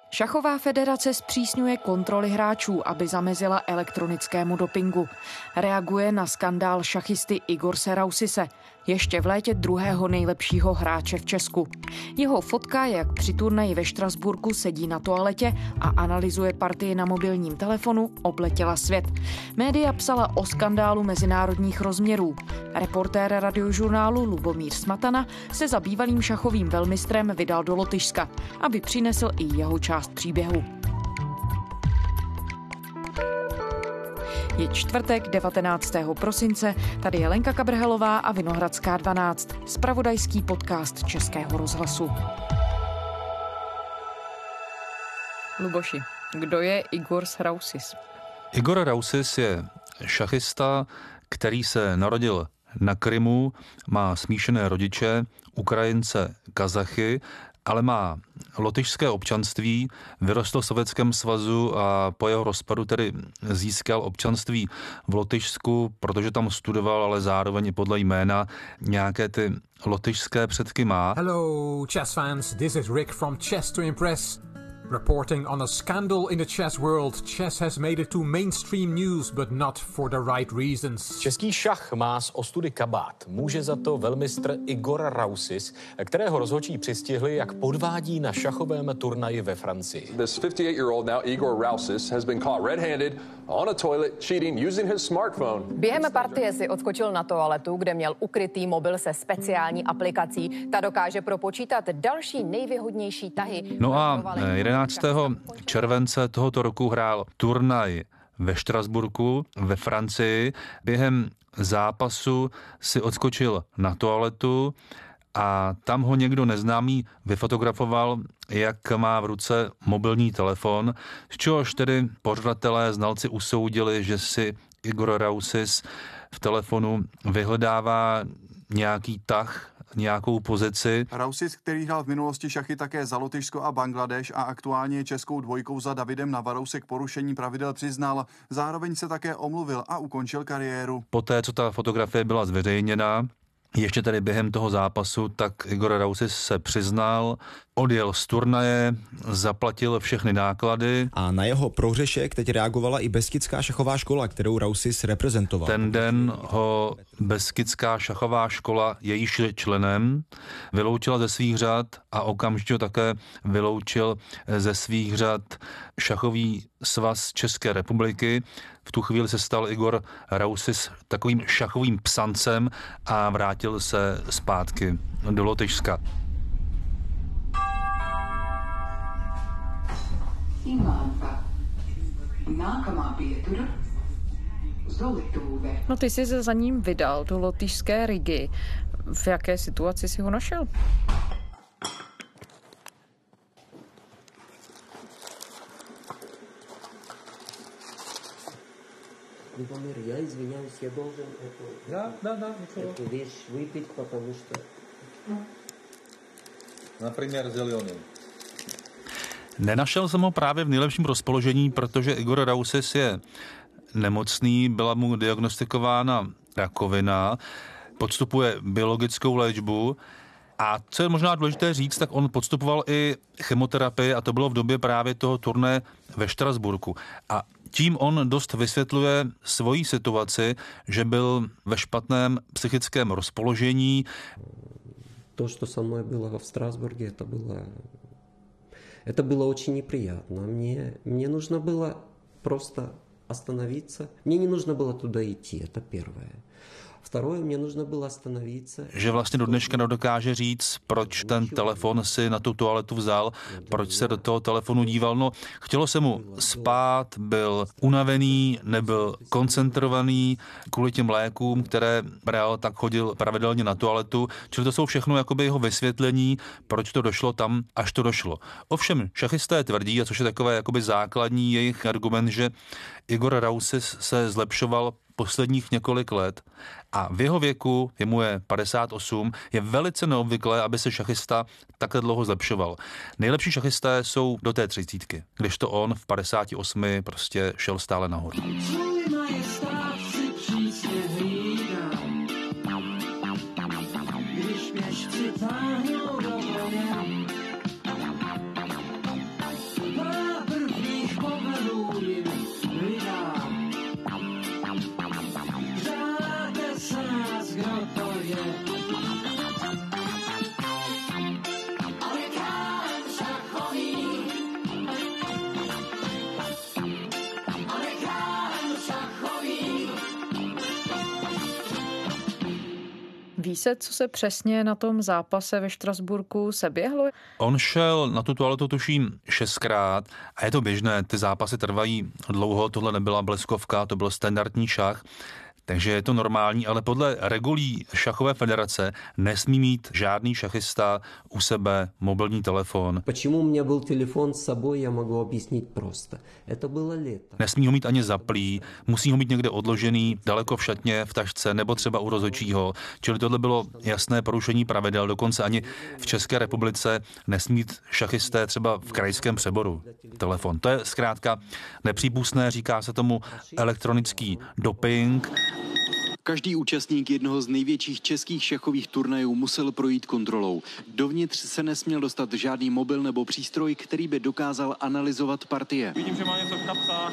Šachová federace zpřísňuje kontroly hráčů, aby zamezila elektronickému dopingu. Reaguje na skandál šachisty Igor Serausise, ještě v létě druhého nejlepšího hráče v Česku. Jeho fotka, jak při turnaji ve Štrasburku sedí na toaletě a analyzuje partii na mobilním telefonu, obletěla svět. Média psala o skandálu mezinárodních rozměrů. Reportér Radiožurnálu Lubomír Smatana se za bývalým šachovým velmistrem vydal do Lotyšska, aby přinesl i jeho část příběhu. Je čtvrtek 19. prosince, tady je Lenka Kabrhelová a Vinohradská 12, zpravodajský podcast Českého rozhlasu. Luboši, kdo je Igor Serausis? Igor Rausis je šachista, který se narodil na Krymu, má smíšené rodiče, Ukrajince, Kazachy, ale má lotyšské občanství, vyrostl v Sovětském svazu a po jeho rozpadu tedy získal občanství v Lotyšsku, protože tam studoval, ale zároveň i podle jména nějaké ty lotyšské předky má. Hello chess fans, this is Rick from Chess to Impress. Reporting on a scandal in the chess world, chess has made it to mainstream news, but not for the right reasons. Český šach má z ostudy kabát. Může za to velmistr Igor Rausis, kterého rozhodčí přistihli, jak podvádí na šachovém turnaji ve Francii. This 58-year-old now Igor Rausis has been caught red-handed on a toilet cheating using his smartphone. Během partie si odskočil na toaletu, kde měl ukrytý mobil se speciální aplikací. Ta dokáže propočítat další nejvýhodnější tahy. No a 11. července tohoto roku hrál turnaj ve Štrasburku ve Francii. Během zápasu si odskočil na toaletu a tam ho někdo neznámý vyfotografoval, jak má v ruce mobilní telefon, z čehož tedy pořadatelé, znalci usoudili, že si Igor Rausis v telefonu vyhledává nějaký tah, nějakou pozici. Rausis, který hrál v minulosti šachy také za Lotyšsko a Bangladeš a aktuálně je českou dvojkou za Davidem Navarou, se k porušení pravidel přiznal. Zároveň se také omluvil a ukončil kariéru. Poté, co ta fotografie byla zveřejněna, ještě tady během toho zápasu, tak Igor Rausis se přiznal, odjel z turnaje, zaplatil všechny náklady. A na jeho prohřešek teď reagovala i Beskidská šachová škola, kterou Rausis reprezentoval. Ten den ho Beskidská šachová škola, jejíž členem, vyloučila ze svých řad a okamžitě ho také vyloučil ze svých řad šachový svaz České republiky. V tu chvíli se stal Igor Rausis takovým šachovým psancem a vrátil se zpátky do Lotyšska. No ty jsi se za ním vydal do lotyšské Rigy. V jaké situaci si ho našel? Любомир, я извиняюсь, я должен эту вещь выпить, потому что... Например, зеленый. Nenašel jsem ho právě v nejlepším rozpoložení, protože Igor Rausis je nemocný, byla mu diagnostikována rakovina, podstupuje biologickou léčbu a co je možná důležité říct, tak on podstupoval i chemoterapii a to bylo v době právě toho turné ve Štrasburku. A tím on dost vysvětluje svoji situaci, že byl ve špatném psychickém rozpoložení. To, что со мной было в Страсбурге, это было очень неприятно. Мне нужно было просто остановиться. Мне не нужно было туда идти, это первое. Vторое, mě нужно было остановиться. Že vlastně do dneška nedokáže říct, proč ten telefon si na tu toaletu vzal, proč se do toho telefonu díval. No, chtělo se mu spát, byl unavený, nebyl koncentrovaný kvůli těm lékům, které bral, tak chodil pravidelně na toaletu. Čili to jsou všechno jakoby jeho vysvětlení, proč to došlo tam, až to došlo. Ovšem, šachisté tvrdí, a což je takové jakoby základní jejich argument, že Igor Rausis se zlepšoval posledních několik let a v jeho věku, jemu je 58, je velice neobvyklé, aby se šachista takhle dlouho zlepšoval. Nejlepší šachisté jsou do té 30, kdežto on v 58 prostě šel stále nahoru. Ví se, co se přesně na tom zápase ve Štrasburku seběhlo? On šel na tu toaletu tuším 6krát a je to běžné, ty zápasy trvají dlouho, tohle nebyla bleskovka, to byl standardní šach. Takže je to normální, ale podle regulí šachové federace nesmí mít žádný šachista u sebe mobilní telefon. Почему у меня был телефон с собой, я могу объяснить просто. Это было лето. Nesmí ho mít ani zaplý, musí ho mít někde odložený, daleko v šatně, v tašce nebo třeba u rozhodčího. Čili tohle bylo jasné porušení pravidel, dokonce ani v České republice nesmí mít šachisté třeba v krajském přeboru telefon. To je zkrátka nepřípustné, říká se tomu elektronický doping. Každý účastník jednoho z největších českých šachových turnajů musel projít kontrolou. Dovnitř se nesměl dostat žádný mobil nebo přístroj, který by dokázal analyzovat partie. Vidím, že má něco v kapsách.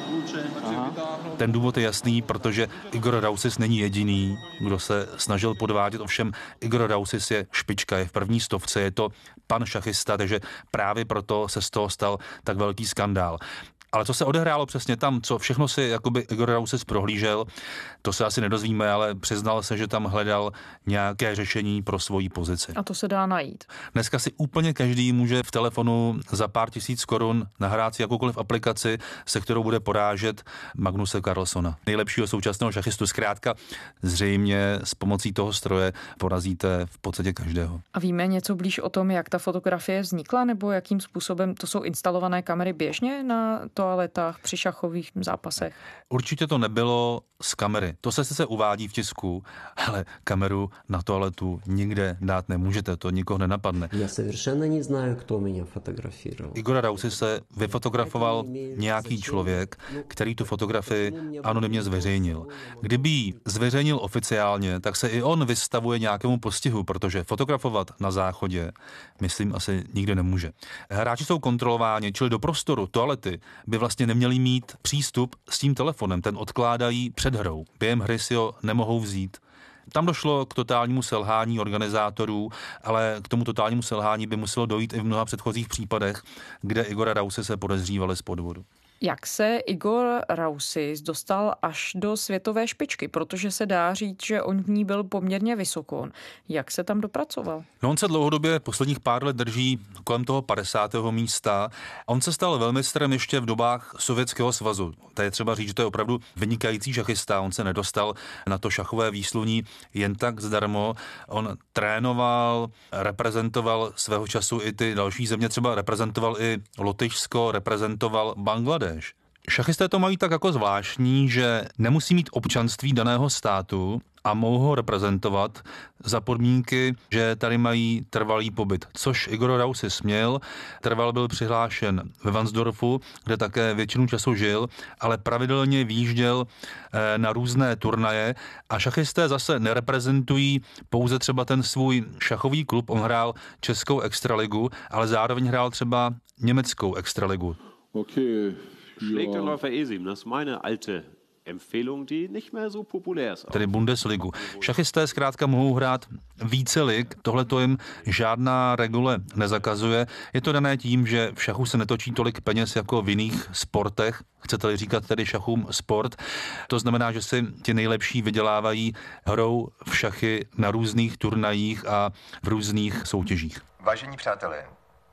Ten důvod je jasný, protože Igor Rausis není jediný, kdo se snažil podvádět. Ovšem Igor Rausis je špička, je v první stovce, je to pan šachista, takže právě proto se z toho stal tak velký skandál. Ale co se odehrálo přesně tam, co všechno si jakoby Igor Rausis prohlížel, to se asi nedozvíme, ale přiznal se, že tam hledal nějaké řešení pro svoji pozici. A to se dá najít. Dneska si úplně každý může v telefonu za pár tisíc korun nahrát si jakoukoliv aplikaci, se kterou bude porážet Magnuse Carlsona, nejlepšího současného šachistu. Zkrátka zřejmě s pomocí toho stroje porazíte v podstatě každého. A víme něco blíž o tom, jak ta fotografie vznikla, nebo jakým způsobem to jsou instalované kamery běžně na toaletách při šachových zápasech? Určitě to nebylo z kamery. To se sice uvádí v tisku, ale kameru na toaletu nikde dát nemůžete, to nikoho nenapadne. Já совершенно не знаю, кто меня фотографировал. Igora Rausise vyfotografoval nějaký člověk, který tu fotografii anonymně zveřejnil. Kdyby ji zveřejnil oficiálně, tak se i on vystavuje nějakému postihu, protože fotografovat na záchodě, myslím, asi nikdo nemůže. Hráči jsou kontrolováni, čili do prostoru toalety by vlastně neměli mít přístup s tím telefonem, ten odkládají před hrou. Během hry si ho nemohou vzít. Tam došlo k totálnímu selhání organizátorů, ale k tomu totálnímu selhání by muselo dojít i v mnoha předchozích případech, kde Igora Rausise se podezřívali z podvodu. Jak se Igor Rausis dostal až do světové špičky, protože se dá říct, že on v ní byl poměrně vysoko. Jak se tam dopracoval? No, on se dlouhodobě posledních pár let drží kolem toho 50. místa. On se stal velmistrem ještě v dobách Sovětského svazu. To je třeba říct, že to je opravdu vynikající šachista. On se nedostal na to šachové výsluní jen tak zdarmo. On trénoval, reprezentoval svého času i ty další země, třeba reprezentoval i Lotyšsko, reprezentoval Bangladeš. Šachisté to mají tak jako zvláštní, že nemusí mít občanství daného státu a mohou ho reprezentovat za podmínky, že tady mají trvalý pobyt, což Igor Rausis měl. Trval byl přihlášen ve Varnsdorfu, kde také většinu času žil, ale pravidelně výjížděl na různé turnaje a šachisté zase nereprezentují pouze třeba ten svůj šachový klub. On hrál českou extraligu, ale zároveň hrál třeba německou extraligu. Okay. Schlägt der Läufer E7, das ist meine alte Empfehlung, die nicht mehr so populär ist. Tedy Bundesligu. Šachisté zkrátka mohou hrát více lig, tohle to jim žádná regule nezakazuje. Je to dané tím, že v šachu se netočí tolik peněz jako v jiných sportech, chcete-li říkat tedy šachům sport. To znamená, že si ti nejlepší vydělávají hrou v šachy na různých turnajích a v různých soutěžích. Vážení přátelé,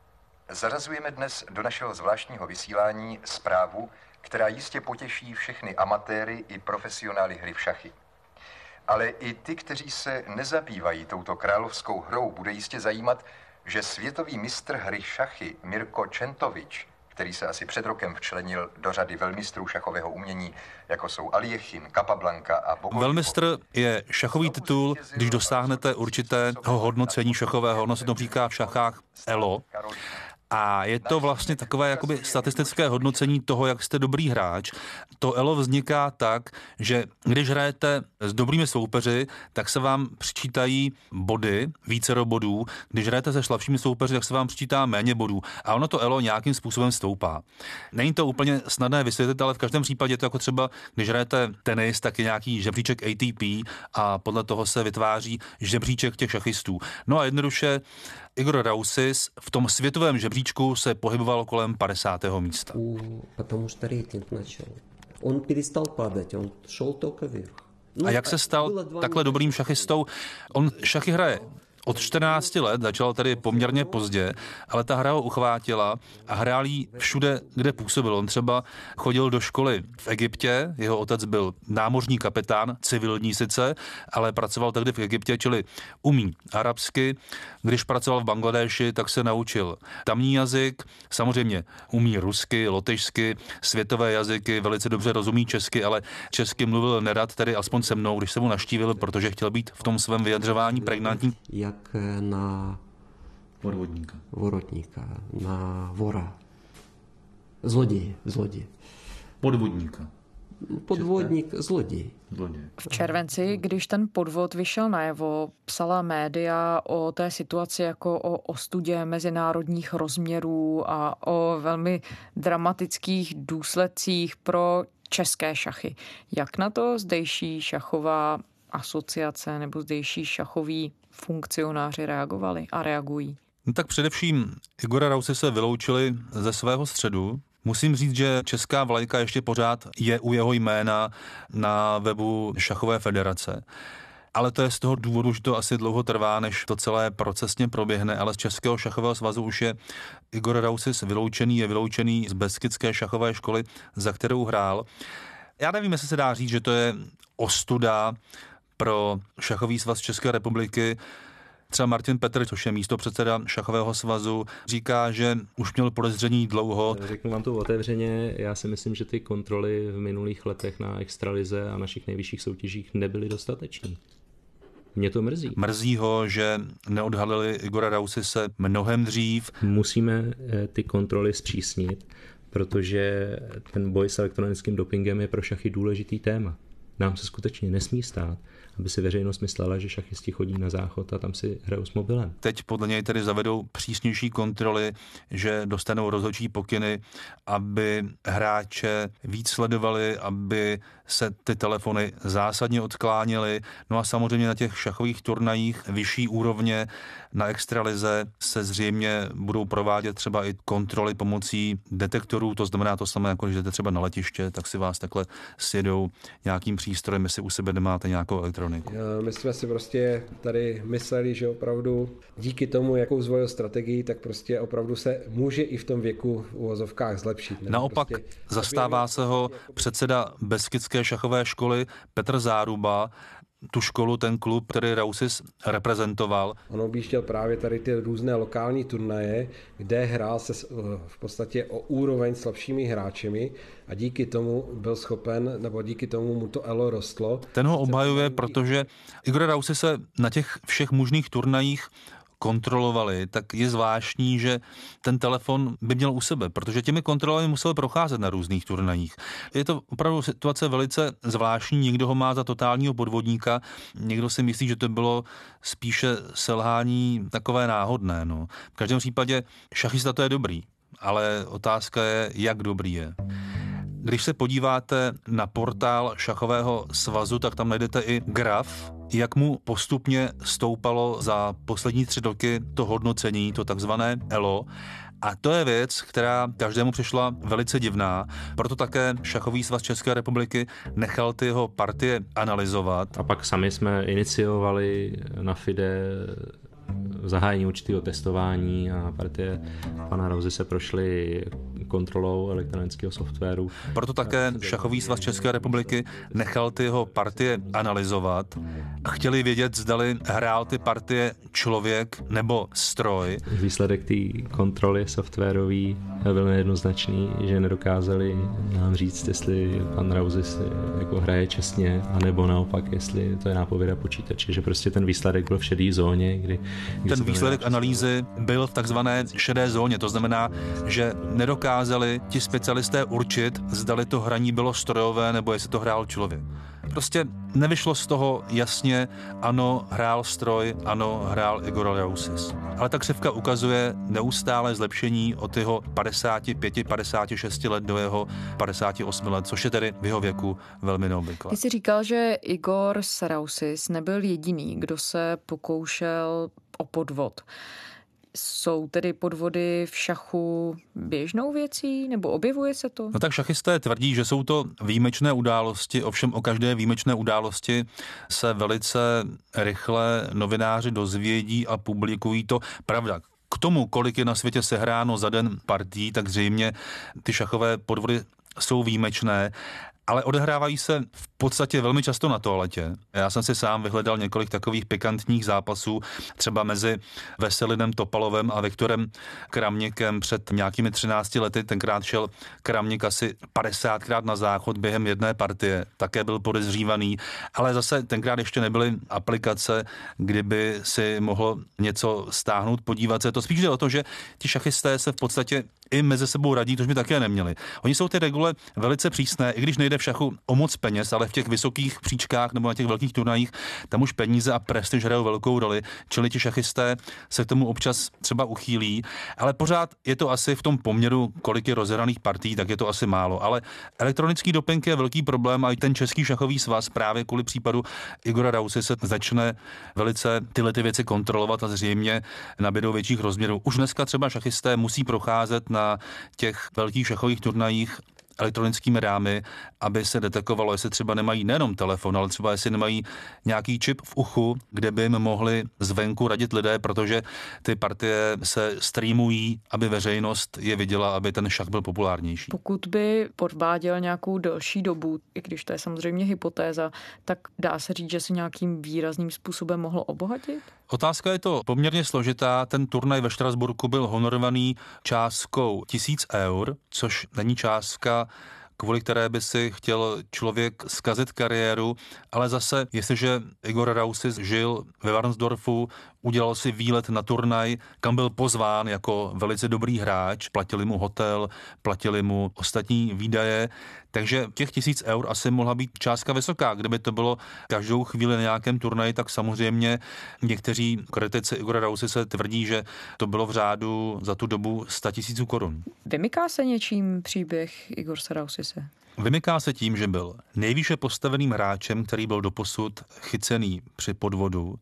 zařazujeme dnes do našeho zvláštního vysílání zprávu, která jistě potěší všechny amatéry i profesionály hry v šachy. Ale i ty, kteří se nezabývají touto královskou hrou, bude jistě zajímat, že světový mistr hry šachy Mirko Čentovič, který se asi před rokem včlenil do řady velmistrů šachového umění, jako jsou Aljechin, Capablanca a Bogovič. Velmistr je šachový titul, když dosáhnete určitého hodnocení šachového, ono se to říká v šachách ELO. A je to vlastně takové jakoby statistické hodnocení toho, jak jste dobrý hráč. To ELO vzniká tak, že když hrajete s dobrými soupeři, tak se vám přičítají body, vícero bodů. Když hrajete se slabšími soupeři, tak se vám přičítá méně bodů. A ono to ELO nějakým způsobem stoupá. Není to úplně snadné vysvětlit, ale v každém případě je to jako třeba, když hrajete tenis, tak je nějaký žebříček ATP a podle toho se vytváří žebříček těch šachistů. No a jednoduše Igor Rausis v tom světovém žebříčku se pohyboval kolem 50. místa. Потому что рейтинг начал. Он перестал падать, он шел только вверх. A jak se stal takhle dobrým šachistou? On šachy hraje od 14 let, začal tady poměrně pozdě, ale ta hra ho uchvátila a hrál jí všude, kde působil. On třeba chodil do školy v Egyptě, jeho otec byl námořní kapitán, civilní sice, ale pracoval tehdy v Egyptě, čili umí arabsky. Když pracoval v Bangladéši, tak se naučil tamní jazyk, samozřejmě umí rusky, lotyšsky, světové jazyky, velice dobře rozumí česky, ale česky mluvil nerad, tedy aspoň se mnou, když jsem mu navštívil, protože chtěl být v tom svém vyjadřování pregnantní. Jak na воротника, na vora, zloděj. Podvodník, zloděj. V červenci, když ten podvod vyšel najevo, psala média o té situaci jako o ostudě mezinárodních rozměrů a o velmi dramatických důsledcích pro české šachy. Jak na to zdejší šachová asociace nebo zdejší šachoví funkcionáři reagovali a reagují? No tak především Igora Rausise vyloučili ze svého středu. Musím říct, že česká vlajka ještě pořád je u jeho jména na webu Šachové federace. Ale to je z toho důvodu, že to asi dlouho trvá, než to celé procesně proběhne, ale z Českého šachového svazu už je Igor Rausis je vyloučený z Beskydské šachové školy, za kterou hrál. Já nevím, jestli se dá říct, že to je ostuda pro šachový svaz České republiky. Třeba Martin Petr, což je místopředseda šachového svazu, říká, že už měl podezření dlouho. Řeknu vám to otevřeně, já si myslím, že ty kontroly v minulých letech na extralize a našich nejvyšších soutěžích nebyly dostatečné. Mě to mrzí. Mrzí ho, že neodhalili Igora Rausise mnohem dřív. Musíme ty kontroly zpřísnit, protože ten boj s elektronickým dopingem je pro šachy důležitý téma. Nám se skutečně nesmí stát, aby si veřejnost myslela, že šachisti chodí na záchod a tam si hrajou s mobilem. Teď podle něj tedy zavedou přísnější kontroly, že dostanou rozhodčí pokyny, aby hráče víc sledovali, aby se ty telefony zásadně odkláněly. No a samozřejmě na těch šachových turnajích vyšší úrovně na extralize se zřejmě budou provádět třeba i kontroly pomocí detektorů, to znamená to samé, jako když jdete třeba na letiště, tak si vás takhle sjedou nějakým přístrojem, jestli u sebe nemáte nějakou elektroniku. My jsme si prostě tady mysleli, že opravdu díky tomu, jakou zvolil strategii, tak prostě opravdu se může i v tom věku v uvozovkách zlepšit. Naopak prostě zastává se ho předseda Beskydské šachové školy Petr Záruba, tu školu, ten klub, který Rausis reprezentoval. On objížděl právě tady ty různé lokální turnaje, kde hrál se v podstatě o úroveň slabšími hráčemi a díky tomu byl schopen, nebo díky tomu mu to elo rostlo. Ten ho obhajuje, protože Igor Rausis se na těch všech možných turnajích kontrolovali, tak je zvláštní, že ten telefon by měl u sebe, protože těmi kontrolami musel procházet na různých turnajích. Je to opravdu situace velice zvláštní, někdo ho má za totálního podvodníka, někdo si myslí, že to bylo spíše selhání takové náhodné. No. V každém případě šachista to je dobrý, ale otázka je, jak dobrý je. Když se podíváte na portál šachového svazu, tak tam najdete i graf, jak mu postupně stoupalo za poslední 3 roky to hodnocení, to takzvané ELO. A to je věc, která každému přišla velice divná, proto také Šachový svaz České republiky nechal ty jeho partie analyzovat. A pak sami jsme iniciovali na FIDE zahájení určitého testování a partie pana Rausi se prošly kontrolou elektronického softwaru. Proto také Šachový svaz České republiky nechal ty jeho partie analyzovat. Chtěli vědět, zdali hrál ty partie člověk nebo stroj. Výsledek té kontroly softwarový byl nejednoznačný, že nedokázali nám říct, jestli pan Rausi jako hraje čestně, anebo naopak, jestli to je nápověda počítače, že prostě ten výsledek byl v šedé zóně, kdy ten výsledek analýzy byl v takzvané šedé zóně, to znamená, že nedokázali ti specialisté určit, zdali to hraní bylo strojové nebo jestli to hrál člověk. Prostě nevyšlo z toho jasně, ano, hrál stroj, ano, hrál Igor Rausis. Ale ta křivka ukazuje neustále zlepšení od jeho 55-56 let do jeho 58 let, což je tedy v jeho věku velmi neobvyklé. Ty jsi říkal, že Igor Rausis nebyl jediný, kdo se pokoušel o podvod. Jsou tedy podvody v šachu běžnou věcí, nebo objevuje se to? No tak šachisté tvrdí, že jsou to výjimečné události, ovšem o každé výjimečné události se velice rychle novináři dozvědí a publikují to. Pravda, k tomu, kolik je na světě sehráno za den partí, tak zřejmě ty šachové podvody jsou výjimečné, ale odehrávají se v podstatě velmi často na toaletě. Já jsem si sám vyhledal několik takových pikantních zápasů, třeba mezi Veselinem Topalovem a Viktorem Kramnikem před nějakými 13 lety. Tenkrát šel Kramnik asi 50krát na záchod během jedné partie. Také byl podezřívaný, ale zase tenkrát ještě nebyly aplikace, kdyby si mohl něco stáhnout, podívat se. To spíš jde o to, že ti šachisté se v podstatě i mezi sebou radí, což by také neměli. Oni jsou ty regule velice přísné, i když nejde v šachu o moc peněz, ale v těch vysokých příčkách nebo na těch velkých turnajích tam už peníze a prestiž hrajou velkou roli, čili ti šachisté se k tomu občas třeba uchýlí, ale pořád je to asi v tom poměru, kolik je rozehraných partí, tak je to asi málo. Ale elektronický doping je velký problém a i ten Český šachový svaz právě kvůli případu Igora Rausy se začne velice tyhle ty věci kontrolovat a zřejmě nabídou větších rozměrů. Už dneska třeba šachisté musí procházet na těch velkých šachových turnajích elektronickými rámy, aby se detekovalo, jestli třeba nemají nejenom telefon, ale třeba jestli nemají nějaký čip v uchu, kde by jim mohli zvenku radit lidé, protože ty partie se streamují, aby veřejnost je viděla, aby ten šach byl populárnější. Pokud by podváděl nějakou delší dobu, i když to je samozřejmě hypotéza, tak dá se říct, že si nějakým výrazným způsobem mohl obohatit? Otázka je to poměrně složitá. Ten turnaj ve Štrasburku byl honorovaný částkou 1000 eur, což není částka, kvůli které by si chtěl člověk zkazit kariéru, ale zase, jestliže Igor Rausis žil ve Varnsdorfu, udělal si výlet na turnaj, kam byl pozván jako velice dobrý hráč, platili mu hotel, platili mu ostatní výdaje, takže těch 1000 eur asi mohla být částka vysoká. Kdyby to bylo každou chvíli na nějakém turnaji, tak samozřejmě někteří kritici Igora Rausise tvrdí, že to bylo v řádu za tu dobu 100 000 korun. Vymyká se něčím příběh Igor Rausise? Vymyká se tím, že byl nejvýše postaveným hráčem, který byl doposud chycený při podvodu,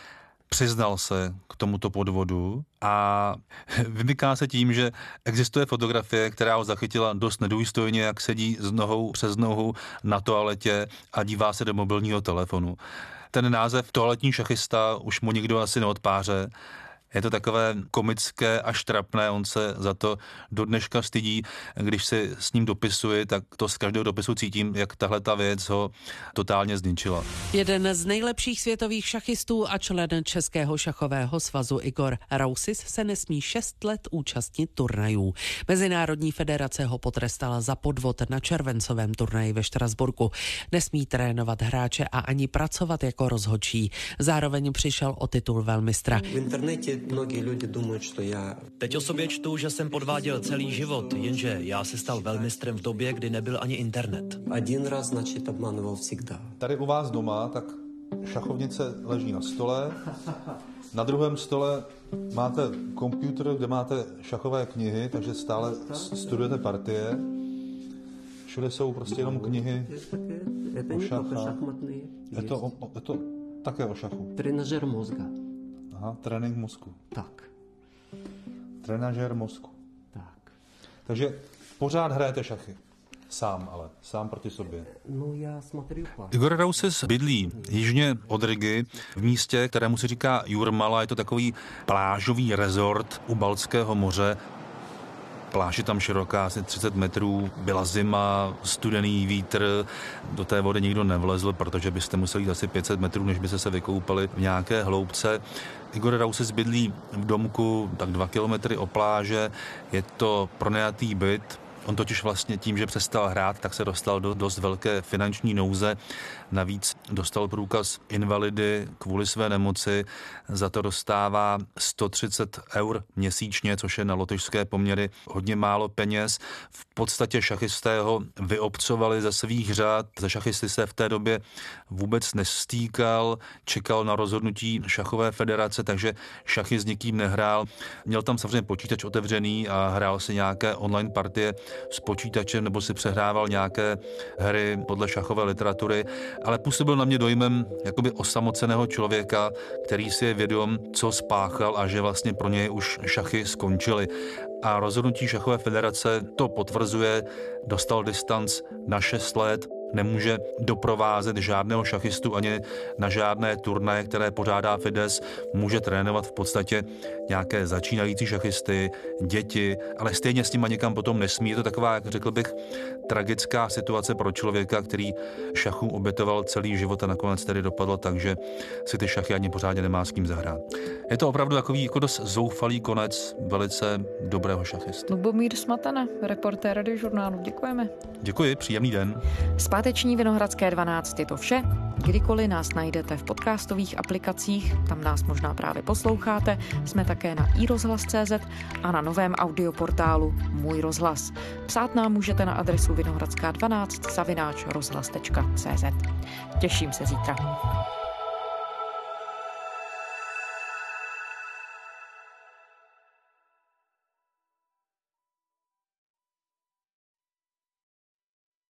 přiznal se k tomuto podvodu a vymyká se tím, že existuje fotografie, která ho zachytila dost nedůstojně, jak sedí s nohou přes nohu na toaletě a dívá se do mobilního telefonu. Ten název toaletní šachista už mu nikdo asi neodpáře. Je to takové komické až trapné, on se za to do dneška stydí. Když si s ním dopisuji, tak to z každého dopisu cítím, jak tahle ta věc ho totálně zničila. Jeden z nejlepších světových šachistů a člen Českého šachového svazu Igor Rausis se nesmí 6 let účastnit turnajů. Mezinárodní federace ho potrestala za podvod na červencovém turnaji ve Štrasburku. Nesmí trénovat hráče a ani pracovat jako rozhodčí. Zároveň přišel o titul velmistra. V internetě mnozí lidé думають, že já... Teď o sobě čtu, že jsem podváděl celý život, jenže já se stal velmistrem v době, kdy nebyl ani internet. Один раз, значит, обманывал всегда. Tady u vás doma, tak šachovnice leží na stole, na druhém stole máte počítač, kde máte šachové knihy, takže stále studujete partie. Všude jsou prostě jenom knihy o šachách. Je to také o šachu. Trenažer mozga. Aha, trénink mozku. Tak. Trenažer mozku. Tak. Takže pořád hrajete šachy. Sám proti sobě. No já смотрю. Igor Rausis bydlí jižně od Rigy v místě, kterému se říká Jurmala. Je to takový plážový rezort u Baltského moře. Pláž je tam široká, asi 30 metrů, byla zima, studený vítr, do té vody nikdo nevlezl, protože byste museli jít asi 500 metrů, než byste se vykoupali v nějaké hloubce. Igor Rausis bydlí v domku tak 2 kilometry o pláže, je to pronajatý byt. On totiž vlastně tím, že přestal hrát, tak se dostal do dost velké finanční nouze. Navíc dostal průkaz invalidy kvůli své nemoci. Za to dostává 130 eur měsíčně, což je na lotyšské poměry hodně málo peněz. V podstatě šachisté ho vyobcovali ze svých řad. Ze šachisty se v té době vůbec nestýkal, čekal na rozhodnutí šachové federace, takže šachy s nikým nehrál. Měl tam samozřejmě počítač otevřený a hrál si nějaké online partie s počítačem nebo si přehrával nějaké hry podle šachové literatury, ale působil na mě dojmem jakoby osamoceného člověka, který si je vědom, co spáchal a že vlastně pro něj už šachy skončily. A rozhodnutí šachové federace to potvrzuje, dostal distanc na 6 let, nemůže doprovázet žádného šachistu ani na žádné turnaje, které pořádá FIDES, může trénovat v podstatě nějaké začínající šachisty, děti, ale stejně s nima někam potom nesmí. Je to taková, jak řekl bych, tragická situace pro člověka, který šachům obětoval celý život a nakonec tedy dopadlo tak, že si ty šachy ani pořádně nemá s kým zahrát. Je to opravdu takový jako dost zoufalý konec velice dobrého šachisty. Lubomír Smatana, reportér Radiožurnálu, děkujeme. Děkuji, příjemný den. Z páteční Vinohradské 12 je to vše. Kdykoliv nás najdete v podcastových aplikacích, tam nás možná právě posloucháte, jsme také na iRozhlas.cz a na novém audioportálu Můj rozhlas. Psát nám můžete na adresu vinohradská12 @rozhlas.cz. Těším se zítra.